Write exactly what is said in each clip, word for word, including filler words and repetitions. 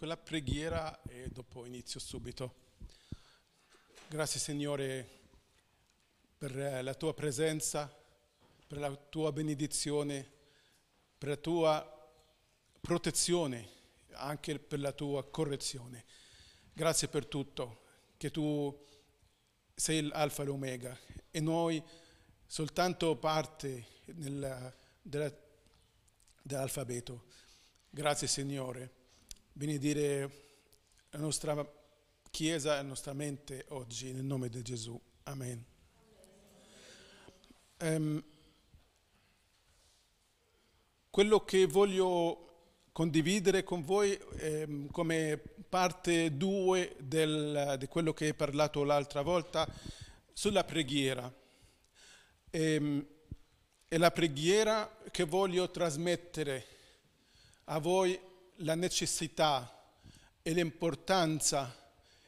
quella preghiera e dopo inizio subito. Grazie Signore per la tua presenza, per la tua benedizione, per la tua protezione, anche per la tua correzione. Grazie per tutto, che tu sei l'alfa e l'omega e noi soltanto parte nella, della, dell'alfabeto. Grazie Signore, benedire la nostra Chiesa e la nostra mente oggi nel nome di Gesù. Amen. Um, quello che voglio condividere con voi eh, come parte due del, di quello che hai parlato l'altra volta sulla preghiera. E, è la preghiera che voglio trasmettere a voi, la necessità e l'importanza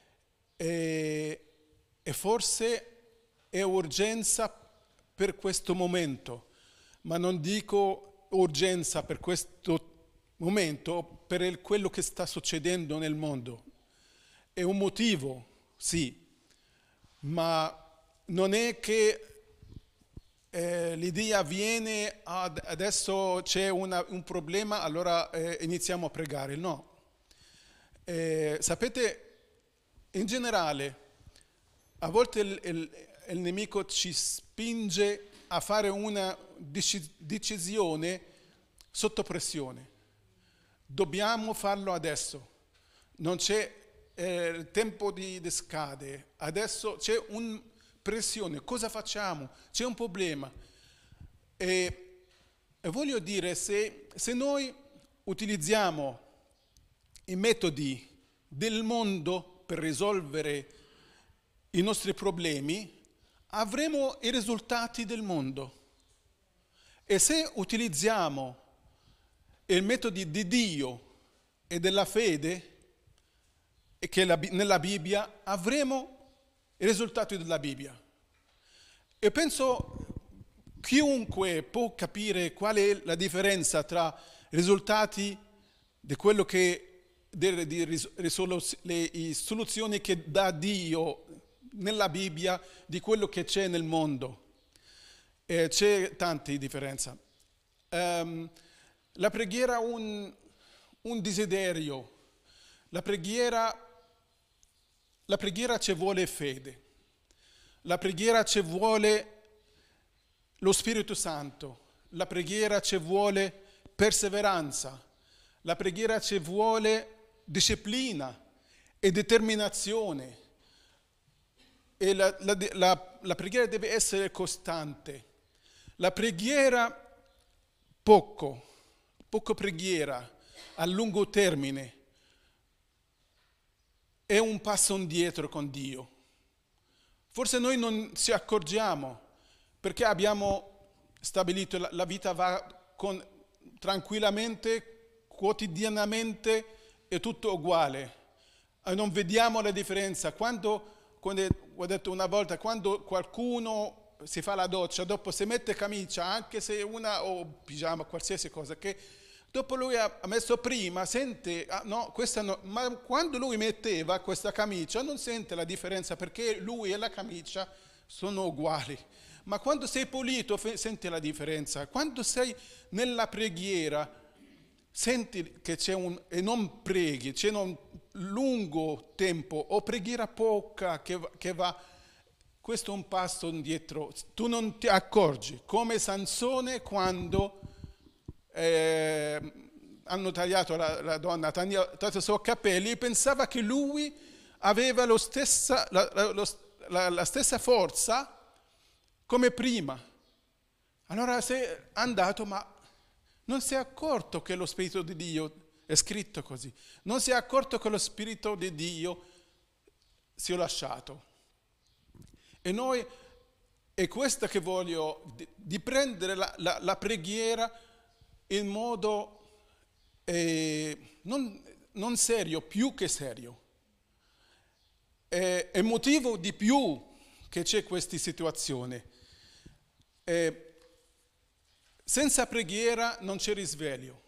e, e forse è urgenza per questo momento, ma non dico urgenza per questo momento, per il, quello che sta succedendo nel mondo. È un motivo, sì, ma non è che eh, l'idea viene ad, adesso c'è una, un problema, allora eh, iniziamo a pregare. No. Eh, sapete, in generale, a volte il, il, il nemico ci spinge a fare una decisione sotto pressione. Dobbiamo farlo adesso. Non c'è eh, tempo di, di scade. Adesso c'è una pressione. Cosa facciamo? C'è un problema. E, e voglio dire, se, se noi utilizziamo i metodi del mondo per risolvere i nostri problemi, avremo i risultati del mondo. E se utilizziamo i metodi di Dio e della fede, e che la, nella Bibbia, avremo i risultati della Bibbia. E penso chiunque può capire qual è la differenza tra i risultati di quello che Di, di risolu- le soluzioni che dà Dio nella Bibbia di quello che c'è nel mondo. Eh, c'è tante differenze. Um, la preghiera è un, un desiderio. La preghiera, la preghiera ci vuole fede. La preghiera ci vuole lo Spirito Santo. La preghiera ci vuole perseveranza. La preghiera ci vuole disciplina e determinazione e la, la, la, la preghiera deve essere costante. La preghiera poco, poco preghiera a lungo termine è un passo indietro con Dio. Forse noi non ci accorgiamo perché abbiamo stabilito la, la vita va con, tranquillamente, quotidianamente è tutto uguale, e non vediamo la differenza. Quando, quando, ho detto una volta, quando qualcuno si fa la doccia, dopo si mette camicia, anche se una o pigiama, qualsiasi cosa, che dopo lui ha messo prima, sente, ah, no, questa no, ma quando lui metteva questa camicia non sente la differenza perché lui e la camicia sono uguali. Ma quando sei pulito senti la differenza. Quando sei nella preghiera senti che c'è un, e non preghi, c'è un lungo tempo o preghiera poca che, che va, questo è un passo indietro, tu non ti accorgi, come Sansone quando eh, hanno tagliato la, la donna, tagliato i suoi capelli e pensava che lui aveva lo stessa, la, la, lo, la, la stessa forza come prima. Allora sei andato, ma non si è accorto che lo Spirito di Dio è scritto così. Non si è accorto che lo Spirito di Dio si è lasciato. E noi, è questo che voglio, di, di prendere la, la, la preghiera in modo eh, non, non serio, più che serio. È, è motivo di più che c'è questa situazione. Eh, Senza preghiera non c'è risveglio.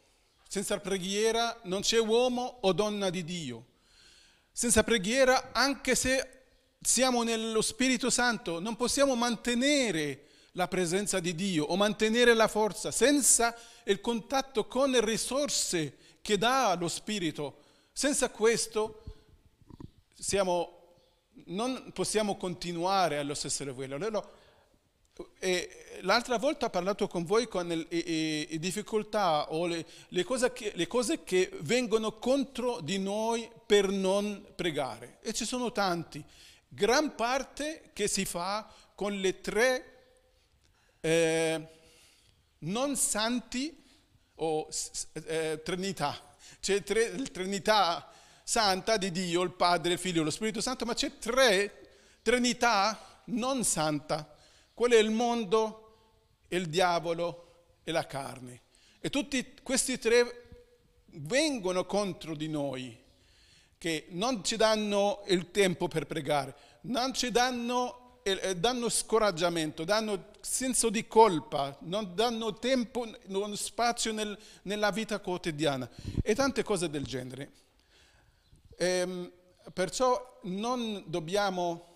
Senza preghiera non c'è uomo o donna di Dio. Senza preghiera, anche se siamo nello Spirito Santo, non possiamo mantenere la presenza di Dio o mantenere la forza senza il contatto con le risorse che dà lo Spirito. Senza questo siamo, non possiamo continuare allo stesso livello. E l'altra volta ho parlato con voi con le, le, le difficoltà o le, le, cose che, le cose che vengono contro di noi per non pregare. E ci sono tanti. Gran parte che si fa con le tre eh, non santi o eh, Trinità. C'è tre, la Trinità Santa di Dio, il Padre, il Figlio e lo Spirito Santo, ma c'è tre Trinità non Santa. Quello è il mondo, il diavolo e la carne. E tutti questi tre vengono contro di noi, che non ci danno il tempo per pregare, non ci danno, eh, danno scoraggiamento, danno senso di colpa, non danno tempo, non spazio nel, nella vita quotidiana e tante cose del genere. Ehm, perciò non dobbiamo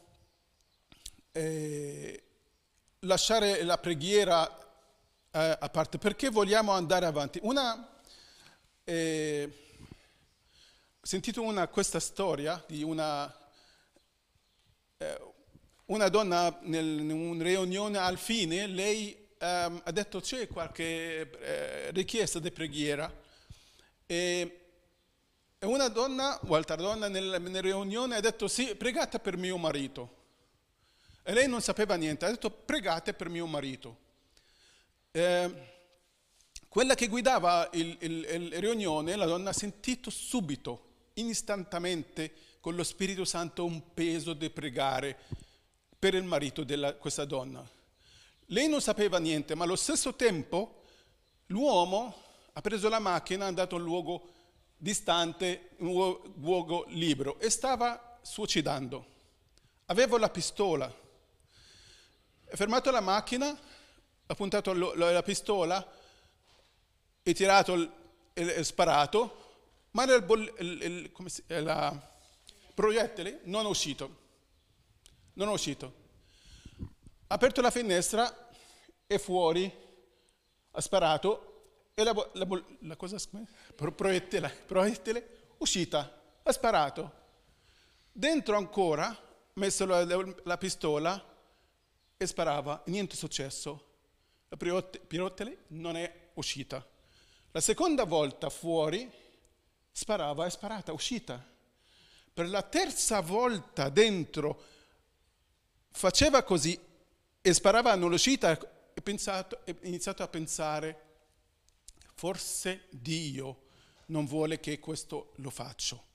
eh, lasciare la preghiera eh, a parte, perché vogliamo andare avanti. Una, eh, ho sentito una, questa storia di una, eh, una donna nel, in una riunione, al fine lei ehm, ha detto c'è qualche eh, richiesta di preghiera e, e una donna, un'altra donna nel, nella riunione ha detto sì, pregate per mio marito. E lei non sapeva niente, ha detto pregate per mio marito. Eh, quella che guidava il, il, il riunione, la donna ha sentito subito, istantaneamente, con lo Spirito Santo un peso di pregare per il marito di questa donna. Lei non sapeva niente, ma allo stesso tempo l'uomo ha preso la macchina, è andato a un luogo distante, un luogo libero e stava suicidando. Aveva la pistola. Ha fermato la macchina, ha puntato la pistola e tirato il, il, il sparato, ma il, il, il, come si, il proiettile non è uscito. Non è uscito. Ha aperto la finestra e fuori ha sparato e la, la, la cosa proiettile, proiettile uscita, ha sparato. Dentro ancora ha messo la, la, la pistola e sparava, niente è successo. La proiettile non è uscita. La seconda volta fuori sparava, è sparata, uscita. Per la terza volta dentro faceva così e sparava, non è uscita, e pensato, è iniziato a pensare forse Dio non vuole che questo lo faccio.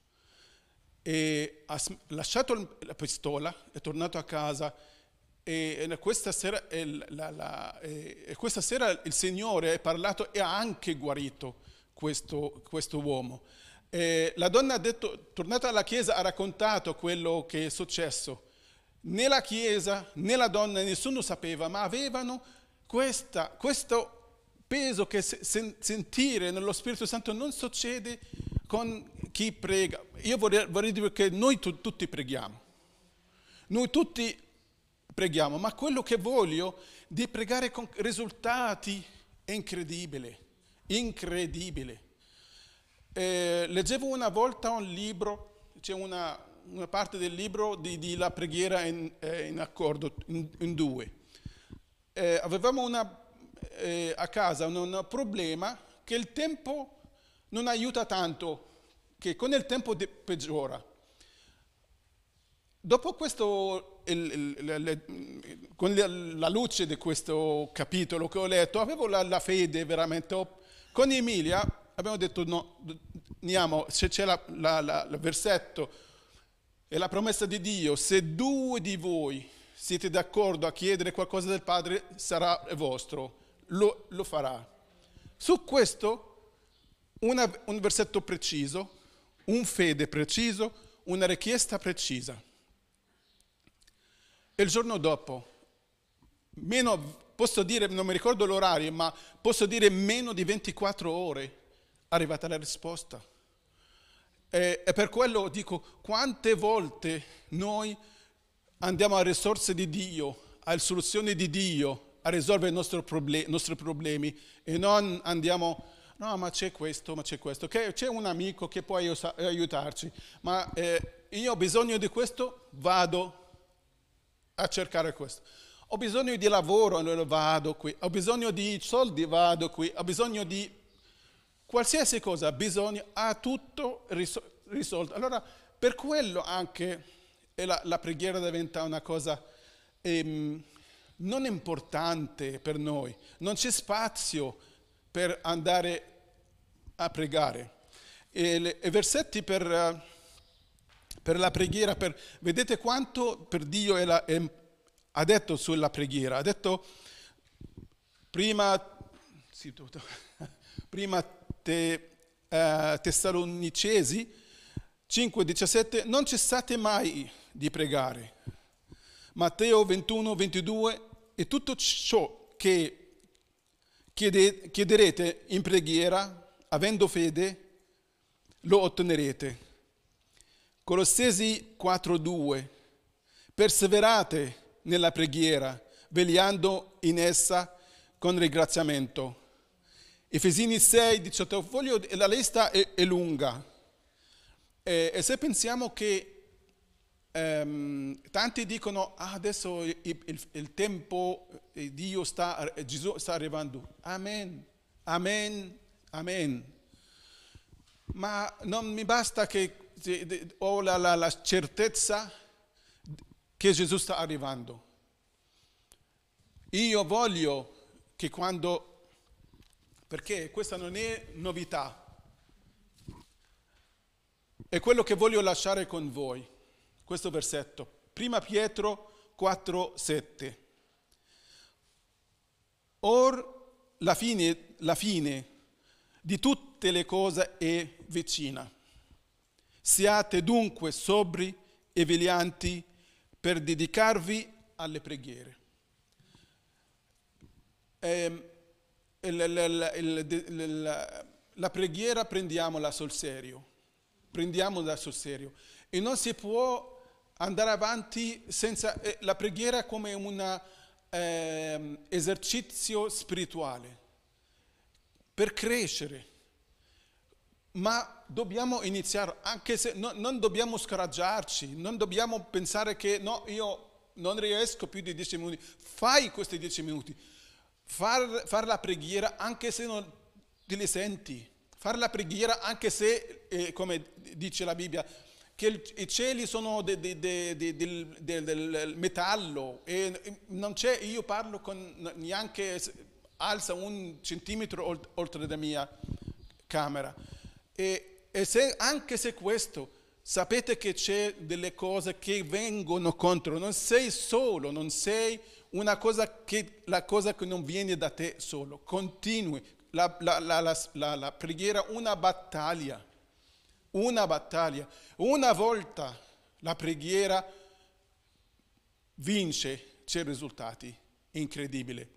E ha lasciato la pistola, è tornato a casa. E questa sera, la, la, e questa sera il Signore ha parlato e ha anche guarito questo, questo uomo. E la donna ha detto, tornata alla chiesa, ha raccontato quello che è successo. Né la chiesa, né la donna, nessuno sapeva, ma avevano questa, questo peso che se, sentire nello Spirito Santo non succede con chi prega. Io vorrei, vorrei dire che noi tu, tutti preghiamo. Noi tutti preghiamo, ma quello che voglio di pregare con risultati è incredibile, incredibile. Eh, leggevo una volta un libro, c'è una, una parte del libro di, di la preghiera in, eh, in accordo, in, in due. Eh, avevamo una, eh, a casa un, un problema che il tempo non aiuta tanto, che con il tempo de- peggiora. Dopo questo, il, il, il, con la luce di questo capitolo che ho letto, avevo la, la fede veramente. Con Emilia abbiamo detto no, andiamo, se c'è la, la, la, il versetto e la promessa di Dio, se due di voi siete d'accordo a chiedere qualcosa del Padre, sarà vostro, lo, lo farà. Su questo una, un versetto preciso, un fede preciso, una richiesta precisa. E il giorno dopo, meno, posso dire, non mi ricordo l'orario, ma posso dire meno di ventiquattro ore, arrivata la risposta. E, e per quello dico, quante volte noi andiamo alle risorse di Dio, alle soluzioni di Dio, a risolvere i nostri, proble- nostri problemi e non andiamo, no ma c'è questo, ma c'è questo, che c'è un amico che può aiutarci, ma eh, io ho bisogno di questo, vado a cercare questo. Ho bisogno di lavoro, allora vado qui. Ho bisogno di soldi, vado qui. Ho bisogno di qualsiasi cosa, bisogno, ha tutto risolto. Allora, per quello anche la, la preghiera diventa una cosa ehm, non importante per noi. Non c'è spazio per andare a pregare. E le, i versetti per, per la preghiera, per, vedete quanto per Dio è la, è, ha detto sulla preghiera. Ha detto prima, sì, tutto, prima te, uh, Tessalonicesi cinque diciassette, non cessate mai di pregare. Matteo ventuno ventidue, e tutto ciò che chiede, chiederete in preghiera, avendo fede, lo ottenerete. Colossesi quattro due, perseverate nella preghiera, vegliando in essa con ringraziamento. Efesini sei diciotto, voglio, la lista è, è lunga. E, e se pensiamo che ehm, tanti dicono ah, adesso il, il, il tempo, Dio sta, Gesù sta arrivando. Amen, amen, amen. Ma non mi basta che ho la, la, la certezza che Gesù sta arrivando. Io voglio che quando, perché questa non è novità, è quello che voglio lasciare con voi, questo versetto. Prima Pietro quattro sette. Or la fine, la fine di tutte le cose è vicina. Siate dunque sobri e veglianti per dedicarvi alle preghiere. Eh, il, il, il, il, la preghiera prendiamola sul serio, prendiamola sul serio e non si può andare avanti senza eh, la preghiera come un eh, esercizio spirituale per crescere. Ma dobbiamo iniziare, anche se no, non dobbiamo scoraggiarci, non dobbiamo pensare che no, io non riesco più di dieci minuti. Fai questi dieci minuti. Far, far la preghiera anche se non te li senti. Fare la preghiera anche se, eh, come dice la Bibbia, che il, i cieli sono de, de, de, de, del, del, del metallo e non c'è, io parlo con neanche alza un centimetro oltre la mia camera. E, e se, anche se questo, sapete che c'è delle cose che vengono contro, non sei solo, non sei una cosa che, la cosa che non viene da te solo, continui, la, la, la, la, la, la preghiera una battaglia, una battaglia, una volta la preghiera vince, c'è risultati incredibili.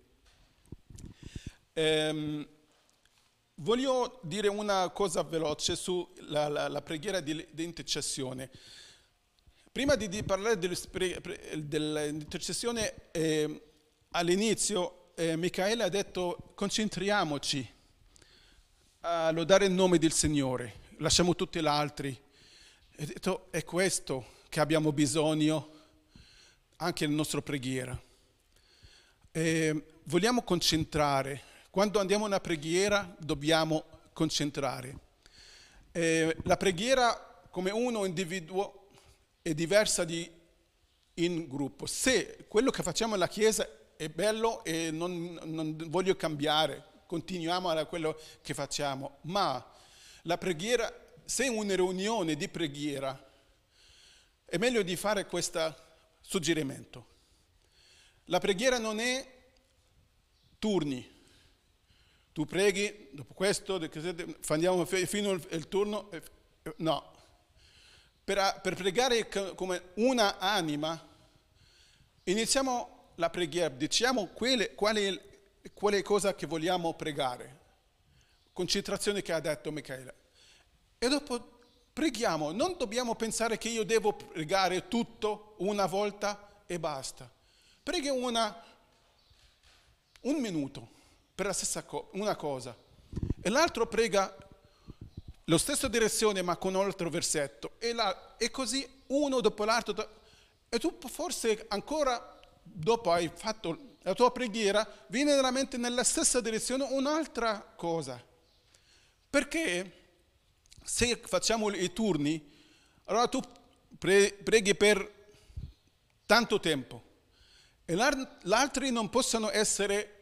Ehm, Voglio dire una cosa veloce sulla la, la preghiera di, di intercessione. Prima di, di parlare dell'intercessione, eh, all'inizio eh, Michaela ha detto concentriamoci a lodare il nome del Signore, lasciamo tutti gli altri. Ha detto è questo che abbiamo bisogno anche nella nostra preghiera. Eh, vogliamo concentrare. Quando andiamo a una preghiera dobbiamo concentrare. Eh, la preghiera come uno individuo è diversa di in gruppo. Se quello che facciamo alla Chiesa è bello e non, non voglio cambiare, continuiamo a quello che facciamo, ma la preghiera, se è una riunione di preghiera, è meglio di fare questo suggerimento. La preghiera non è turni. Tu preghi, dopo questo, andiamo fino al turno. No. Per, per pregare come una anima, iniziamo la preghiera, diciamo quelle, quale, quale cosa che vogliamo pregare. concentrazione che ha detto Michele. E dopo preghiamo, non dobbiamo pensare che io devo pregare tutto una volta e basta. Preghi una, un minuto per la stessa co- una cosa e l'altro prega lo stesso direzione ma con un altro versetto e, la, e così uno dopo l'altro e tu forse ancora dopo hai fatto la tua preghiera viene nella mente nella stessa direzione un'altra cosa, perché se facciamo i turni allora tu pre- preghi per tanto tempo e gli altri non possono essere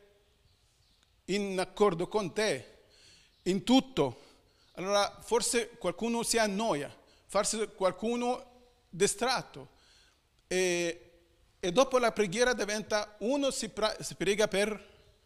in accordo con te in tutto. Allora forse qualcuno si annoia, forse qualcuno distratto e, e dopo la preghiera diventa uno si, pra, si prega per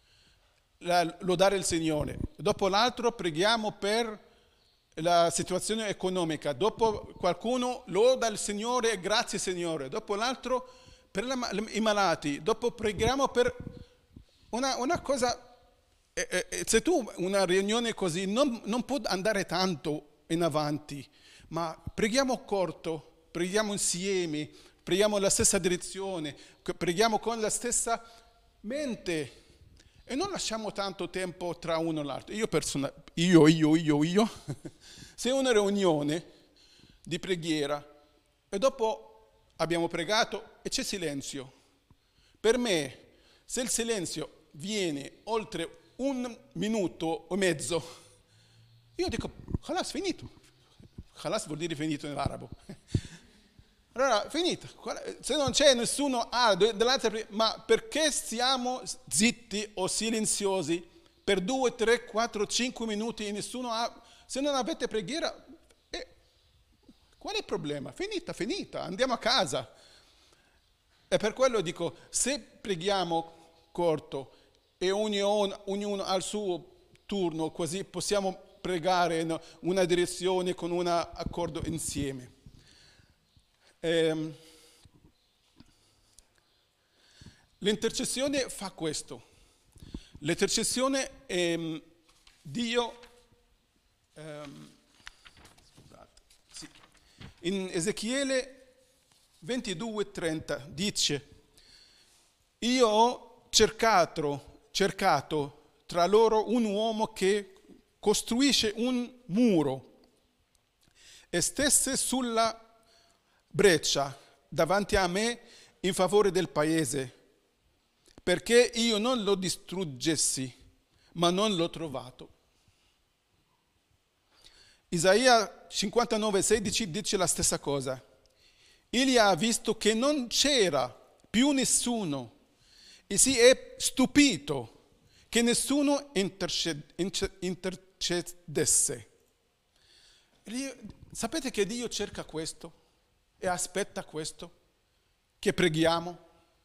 la, lodare il Signore, dopo l'altro preghiamo per la situazione economica, dopo qualcuno loda il Signore e grazie Signore, dopo l'altro per la, i malati, dopo preghiamo per una, una cosa. E, e, se tu una riunione così non, non può andare tanto in avanti, ma preghiamo corto, preghiamo insieme, preghiamo nella stessa direzione, preghiamo con la stessa mente e non lasciamo tanto tempo tra uno e l'altro. Io, persona, io, io, io, io, se una riunione di preghiera e dopo abbiamo pregato e c'è silenzio, per me se il silenzio viene oltre un minuto e mezzo, io dico, khalas, finito. Khalas vuol dire finito in arabo. Allora, finito. Se non c'è nessuno, ah, dell'altra, ma perché stiamo zitti o silenziosi per due, tre, quattro, cinque minuti e nessuno ha, se non avete preghiera, eh, qual è il problema? Finita, finita, andiamo a casa. E per quello dico, se preghiamo corto, e ognuno, ognuno al suo turno, così possiamo pregare in una direzione con un accordo insieme. Ehm, l'intercessione fa questo. L'intercessione è Dio, ehm, scusate, sì, in Ezechiele ventidue trenta dice, io ho cercato cercato tra loro un uomo che costruisce un muro e stesse sulla breccia davanti a me in favore del paese, perché io non lo distruggessi, ma non l'ho trovato. Isaia cinquantanove sedici dice la stessa cosa. Egli ha visto che non c'era più nessuno e si è stupito che nessuno intercedesse. Sapete che Dio cerca questo e aspetta questo, che preghiamo?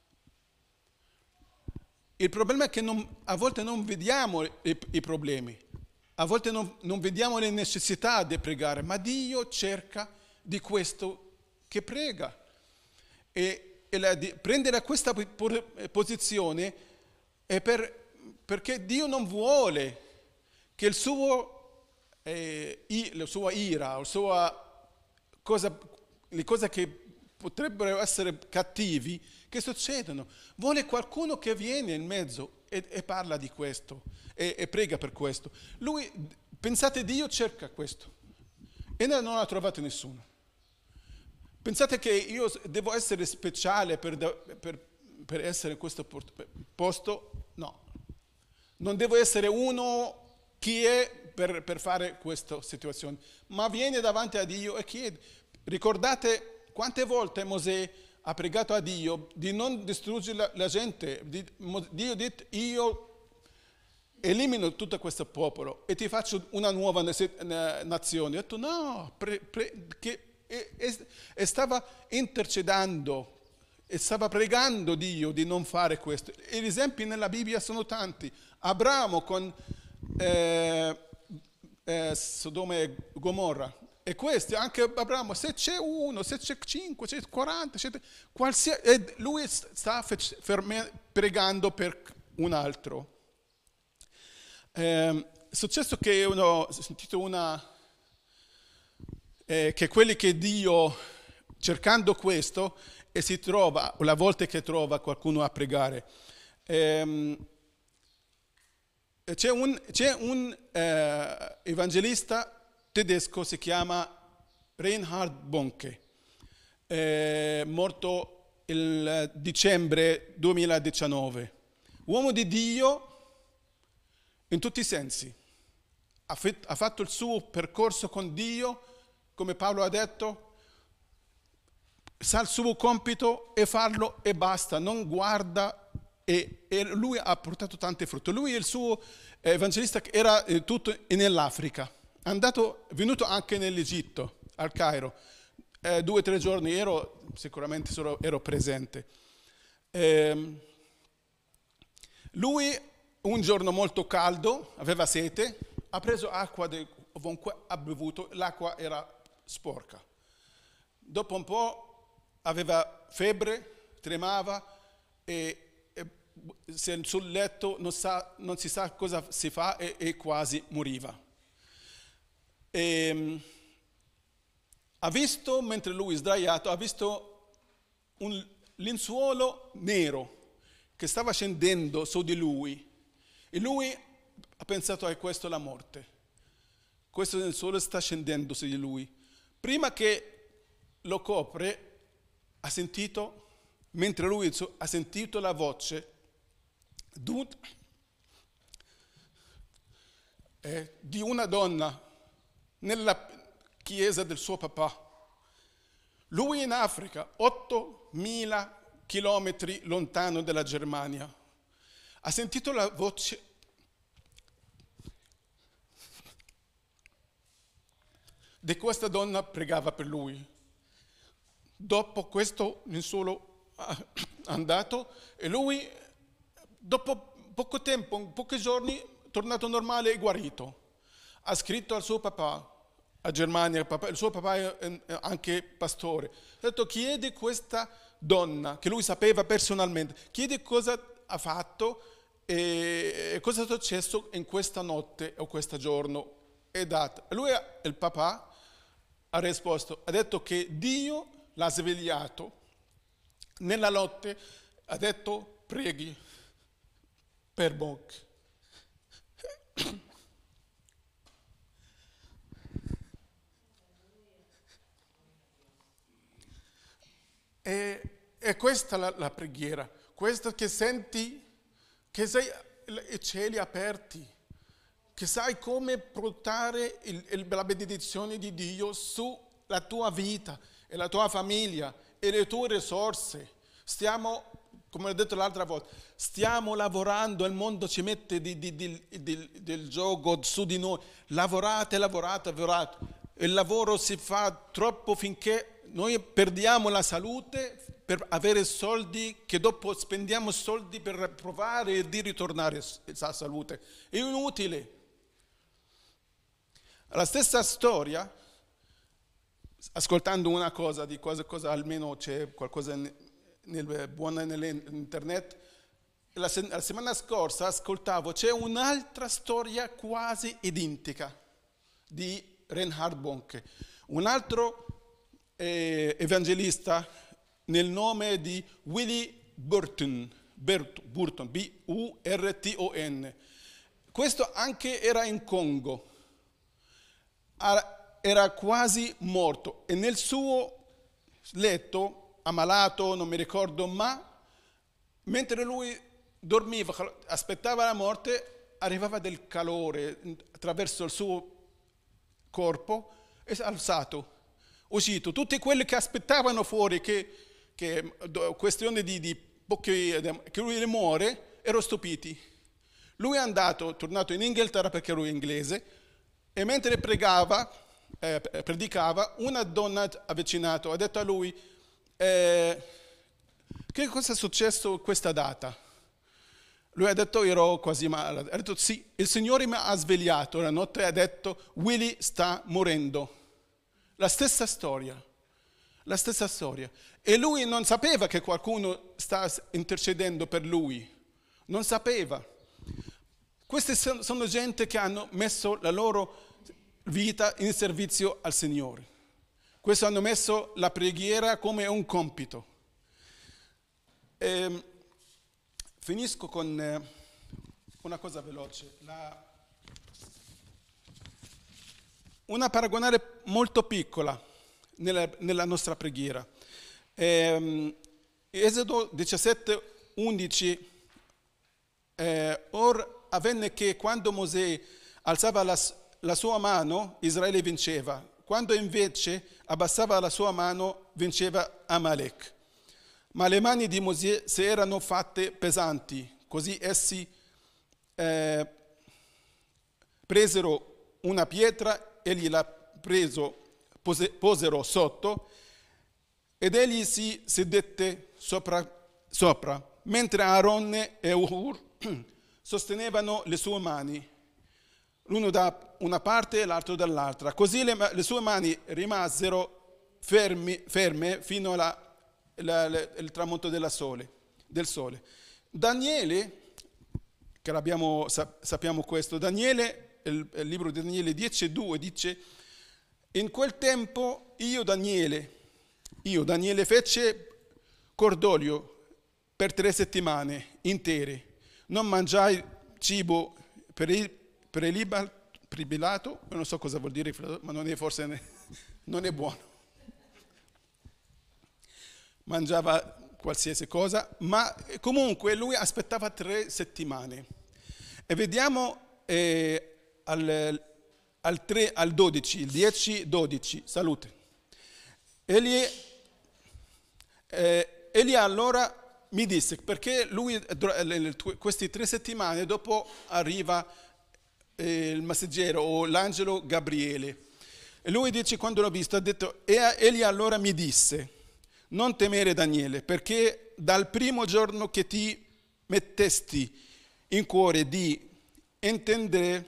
Il problema è che non, a volte non vediamo i, i problemi, a volte non, non vediamo le necessità di pregare, ma Dio cerca di questo che prega. E E la, di, prendere questa posizione è per, perché Dio non vuole che il suo, eh, i, la sua ira, la sua cosa, le cose che potrebbero essere cattivi, che succedono. Vuole qualcuno che viene in mezzo e, e parla di questo e, e prega per questo. Lui, pensate, Dio cerca questo e non ha trovato nessuno. Pensate che io devo essere speciale per, per, per essere in questo posto? No. Non devo essere uno chi è per, per fare questa situazione, ma viene davanti a Dio e chiede. Ricordate quante volte Mosè ha pregato a Dio di non distruggere la, la gente. Dio ha detto, io elimino tutto questo popolo e ti faccio una nuova nazione. Ha detto no, pre, pre, che E, e, e stava intercedendo e stava pregando Dio di non fare questo. E gli esempi nella Bibbia sono tanti. Abramo con eh, eh, Sodoma e Gomorra. E questi, anche Abramo, se c'è uno, se c'è cinque, c'è quaranta, c'è qualsiasi, e lui sta ferme, pregando per un altro. Eh, è successo che uno, ho sentito una, eh, che quelli che Dio, cercando questo, e si trova, o la volta che trova qualcuno a pregare, ehm, c'è un, c'è un eh, evangelista tedesco, si chiama Reinhard Bonke, eh, morto il dicembre duemiladiciannove. Uomo di Dio in tutti i sensi. Ha, fet- ha fatto il suo percorso con Dio, come Paolo ha detto, sa il suo compito e farlo e basta, non guarda, e, e lui ha portato tanti frutti. Lui e il suo evangelista era eh, tutto nell'Africa, è andato, è venuto anche nell'Egitto, al Cairo, eh, due o tre giorni ero, sicuramente ero presente. Eh, lui un giorno molto caldo, aveva sete, ha preso acqua di ovunque, ha bevuto, l'acqua era sporca. Dopo un po' aveva febbre, tremava e, e sul letto non, sa, non si sa cosa si fa e, e quasi moriva. E, ha visto, mentre lui sdraiato, ha visto un lenzuolo nero che stava scendendo su di lui. E lui ha pensato, è questo la morte. Questo lenzuolo sta scendendo su di lui. Prima che lo copre, ha sentito, mentre lui ha sentito la voce di una donna nella chiesa del suo papà. Lui in Africa, ottomila chilometri lontano dalla Germania, ha sentito la voce di questa donna, pregava per lui. Dopo questo lenzuolo è andato e lui, dopo poco tempo, pochi giorni, è tornato normale e guarito. Ha scritto al suo papà, a Germania, il suo papà è anche pastore. Ha detto, chiedi questa donna, che lui sapeva personalmente, chiedi cosa ha fatto e cosa è successo in questa notte o questo giorno. E data. Lui, il papà, ha risposto, ha detto che Dio l'ha svegliato nella notte, ha detto preghi per Bonke. E, e questa è la, la preghiera, questa che senti, che sei i cieli aperti, che sai come portare il, il, la benedizione di Dio sulla tua vita e la tua famiglia e le tue risorse. Stiamo, come ho detto l'altra volta, stiamo lavorando, il mondo ci mette di, di, di, di, del gioco su di noi. Lavorate, lavorate, lavorate. Il lavoro si fa troppo finché noi perdiamo la salute per avere soldi, che dopo spendiamo soldi per provare di ritornare alla salute. È inutile. La stessa storia, ascoltando una cosa, di cosa, cosa almeno c'è qualcosa nel, buono nell'internet, la, la settimana scorsa ascoltavo, c'è un'altra storia quasi identica di Reinhard Bonke, un altro eh, evangelista nel nome di Willie Burton, Burton, B U R T O N. Questo anche era in Congo. Era quasi morto e nel suo letto, ammalato, non mi ricordo, ma mentre lui dormiva, aspettava la morte, arrivava del calore attraverso il suo corpo e si è alzato, uscito. Tutti quelli che aspettavano fuori che, che questione di, di pochi, che lui muore, erano stupiti. Lui è andato, tornato in Inghilterra perché lui è inglese, e mentre pregava, eh, predicava, una donna ha avvicinato, ha detto a lui, eh, che cosa è successo questa data? Lui ha detto, ero quasi male. Ha detto, sì, il Signore mi ha svegliato la notte e ha detto, Willy sta morendo. La stessa storia, la stessa storia. E lui non sapeva che qualcuno sta intercedendo per lui, non sapeva. Queste sono gente che hanno messo la loro vita in servizio al Signore. Questi hanno messo la preghiera come un compito. E finisco con eh, una cosa veloce. La, una paragonare molto piccola nella, nella nostra preghiera. E, Esodo diciassette undici. Eh, or avvenne che quando Mosè alzava la, la sua mano, Israele vinceva. Quando invece abbassava la sua mano, vinceva Amalek. Ma le mani di Mosè si erano fatte pesanti, così essi eh, presero una pietra, egli l'ha preso, pose, posero sotto, ed egli si sedette sopra, sopra mentre Aaronne e Ur sostenevano le sue mani, l'uno da una parte e l'altro dall'altra. Così le, le sue mani rimasero fermi, ferme fino alla La, la, il tramonto della sole, del sole. Daniele, che abbiamo, sappiamo questo, Daniele, il, il libro di Daniele dieci due dice: in quel tempo io Daniele, io Daniele fece cordoglio per tre settimane intere, non mangiai cibo per il prelibato, non so cosa vuol dire, ma non è forse non è buono. Mangiava qualsiasi cosa, ma comunque lui aspettava tre settimane. E vediamo eh, al, al, tre, al dodici, il dieci dodici, salute. Egli, eh, egli allora mi disse, perché lui queste tre settimane dopo arriva eh, il messaggero o l'angelo Gabriele. E lui dice, quando l'ho visto, ha detto, e egli allora mi disse: non temere Daniele, perché dal primo giorno che ti mettesti in cuore di intendere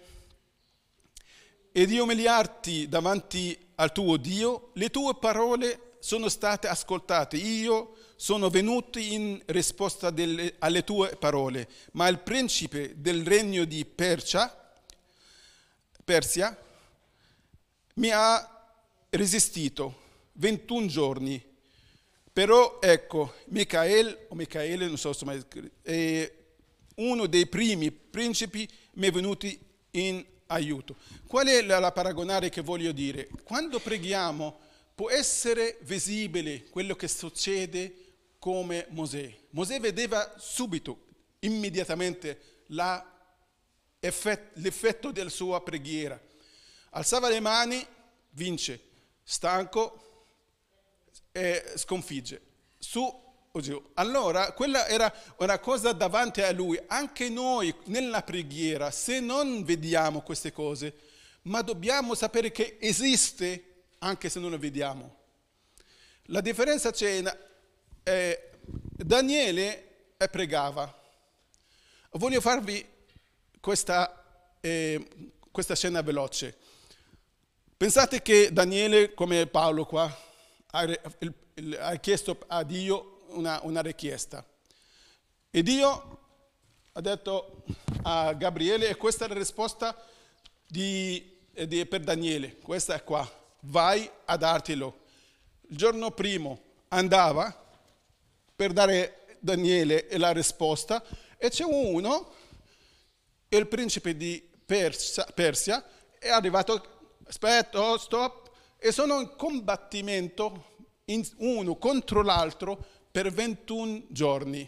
e di umiliarti davanti al tuo Dio, le tue parole sono state ascoltate. Io sono venuto in risposta delle, alle tue parole, ma il principe del regno di Persia, Persia mi ha resistito ventuno giorni. Però ecco, Micaele, o Micaele, non so se è uno dei primi principi mi è venuto in aiuto. Qual è la, la paragonare che voglio dire? Quando preghiamo può essere visibile quello che succede come Mosè. Mosè vedeva subito, immediatamente, la effett, l'effetto della sua preghiera. Alzava le mani, vince, stanco, e sconfigge su o giù. Allora quella era una cosa davanti a lui. Anche noi nella preghiera, se non vediamo queste cose, ma dobbiamo sapere che esiste anche se non lo vediamo. La differenza c'è, eh, Daniele eh, pregava. Voglio farvi questa, eh, questa scena veloce. Pensate che Daniele, come Paolo qua, ha chiesto a Dio una, una richiesta. E Dio ha detto a Gabriele, e questa è la risposta di, di, per Daniele, questa è qua, vai a dartelo. Il giorno primo andava per dare a Daniele la risposta, e c'è uno, il principe di Persia, Persia è arrivato, aspetta, oh, stop, e sono in combattimento in uno contro l'altro per ventuno giorni.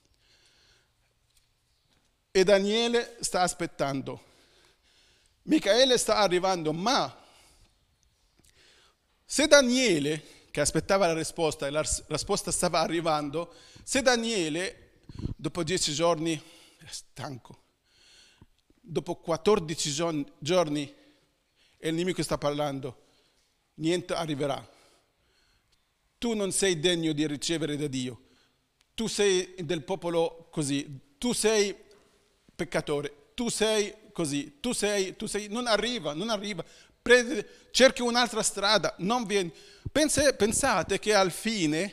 E Daniele sta aspettando. Micaele sta arrivando, ma se Daniele, che aspettava la risposta e la risposta stava arrivando, se Daniele, dopo dieci giorni, è stanco, dopo quattordici giorni, e il nemico sta parlando, niente arriverà. Tu non sei degno di ricevere da Dio. Tu sei del popolo così. Tu sei peccatore. Tu sei così. Tu sei, tu sei. Non arriva, non arriva. Prende, cerchi un'altra strada, non vieni. Pensate che al fine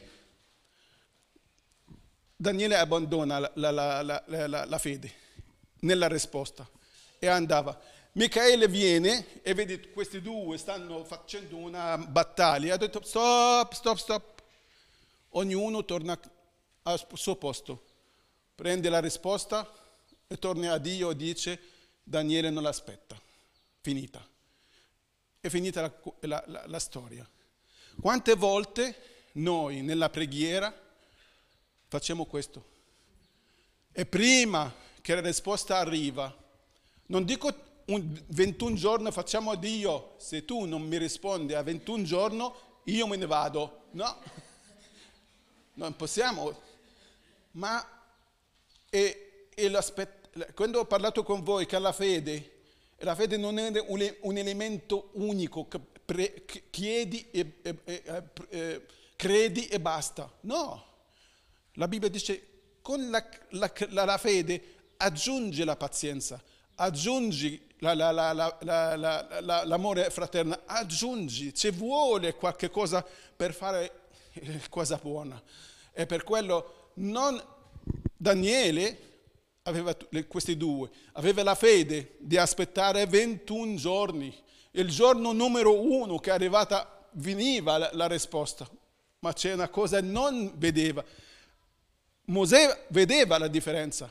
Daniele abbandona la, la, la, la, la, la fede nella risposta. e andava. Michele viene e vede questi due stanno facendo una battaglia, ha detto stop, stop, stop. Ognuno torna al suo posto, prende la risposta e torna a Dio e dice Daniele non l'aspetta, finita. È finita la, la, la, la storia. Quante volte noi nella preghiera facciamo questo? E prima che la risposta arriva, non dico un ventuno giorni facciamo a Dio, se tu non mi rispondi a ventuno giorni io me ne vado. No, non possiamo. Ma e, e quando ho parlato con voi che la fede, la fede non è un, un elemento unico, che pre, chiedi e, e, e, e, credi e basta. No, la Bibbia dice con la, la, la, la fede aggiunge la pazienza, aggiungi la, la, la, la, la, la, la, l'amore fraterno, aggiungi, ci vuole qualche cosa per fare cosa buona. E per quello non Daniele aveva questi due, aveva la fede di aspettare ventuno giorni. Il giorno numero uno che è arrivata veniva la, la risposta, ma c'è una cosa che non vedeva. Mosè vedeva la differenza.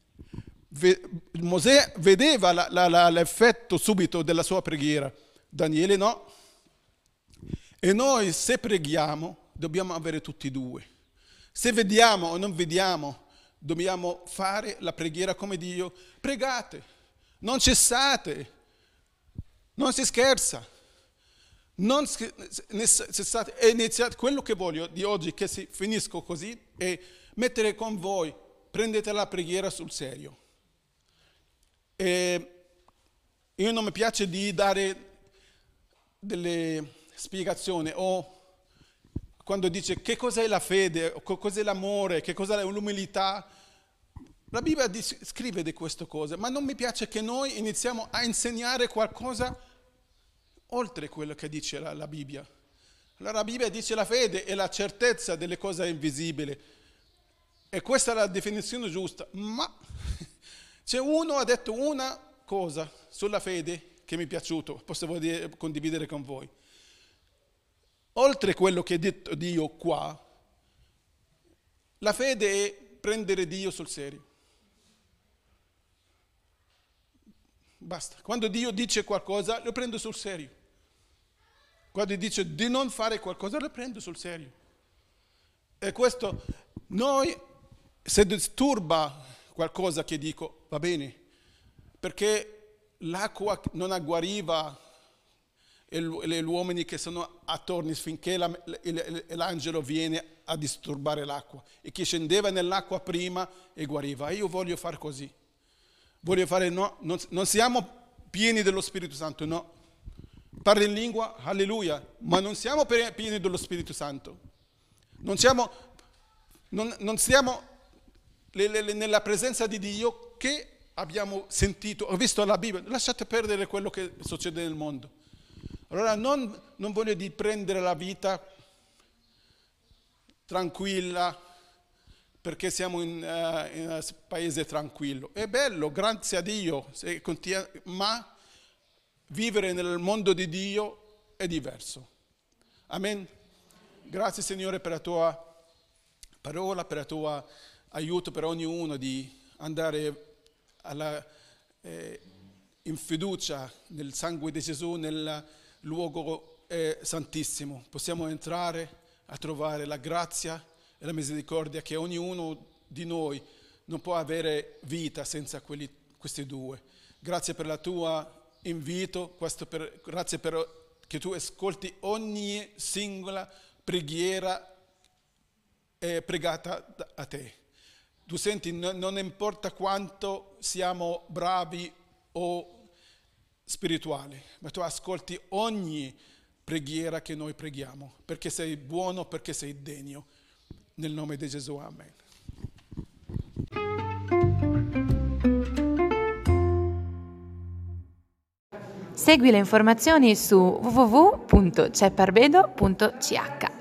Mosè vedeva la, la, la, l'effetto subito della sua preghiera, Daniele no. E noi se preghiamo dobbiamo avere tutti e due. Se vediamo o non vediamo, dobbiamo fare la preghiera come Dio. Pregate, non cessate, non si scherza, non cessate. E iniziate. Quello che voglio di oggi, che si finisco così, è mettere con voi, prendete la preghiera sul serio. E io non mi piace di dare delle spiegazioni o quando dice che cos'è la fede, cos'è l'amore, che cos'è l'umiltà. La Bibbia scrive di queste cose, ma non mi piace che noi iniziamo a insegnare qualcosa oltre quello che dice la, la Bibbia. Allora la Bibbia dice la fede è la certezza delle cose invisibili. E questa è la definizione giusta, ma c'è uno che ha detto una cosa sulla fede che mi è piaciuto, posso dire, condividere con voi. Oltre quello che ha detto Dio qua, la fede è prendere Dio sul serio. Basta. Quando Dio dice qualcosa, lo prendo sul serio. Quando dice di non fare qualcosa, lo prendo sul serio. E questo, noi, se disturba qualcosa che dico, va bene, perché l'acqua non agguariva e gli uomini che sono attorno finché la, l'angelo viene a disturbare l'acqua, e chi scendeva nell'acqua prima e guariva. Io voglio fare così, voglio fare no, non, non siamo pieni dello Spirito Santo, no, parli in lingua, alleluia, ma non siamo pieni dello Spirito Santo, non siamo, non, non siamo le, le, nella presenza di Dio che abbiamo sentito, ho visto la Bibbia. Lasciate perdere quello che succede nel mondo. Allora non, non voglio di prendere la vita tranquilla perché siamo in, uh, in un paese tranquillo. È bello, grazie a Dio, se continua, ma vivere nel mondo di Dio è diverso. Amen. Grazie Signore per la tua parola, per il tuo aiuto per ognuno di andare alla, eh, in fiducia nel sangue di Gesù, nel luogo eh, santissimo. Possiamo entrare a trovare la grazia e la misericordia che ognuno di noi non può avere vita senza quelli, questi due. Grazie per il tuo invito, questo per, grazie per che tu ascolti ogni singola preghiera eh, pregata a te. Tu senti, non, non importa quanto siamo bravi o spirituali, ma tu ascolti ogni preghiera che noi preghiamo, perché sei buono, perché sei degno. Nel nome di Gesù, amen. Segui le informazioni su w w w punto cepparbedo punto c h.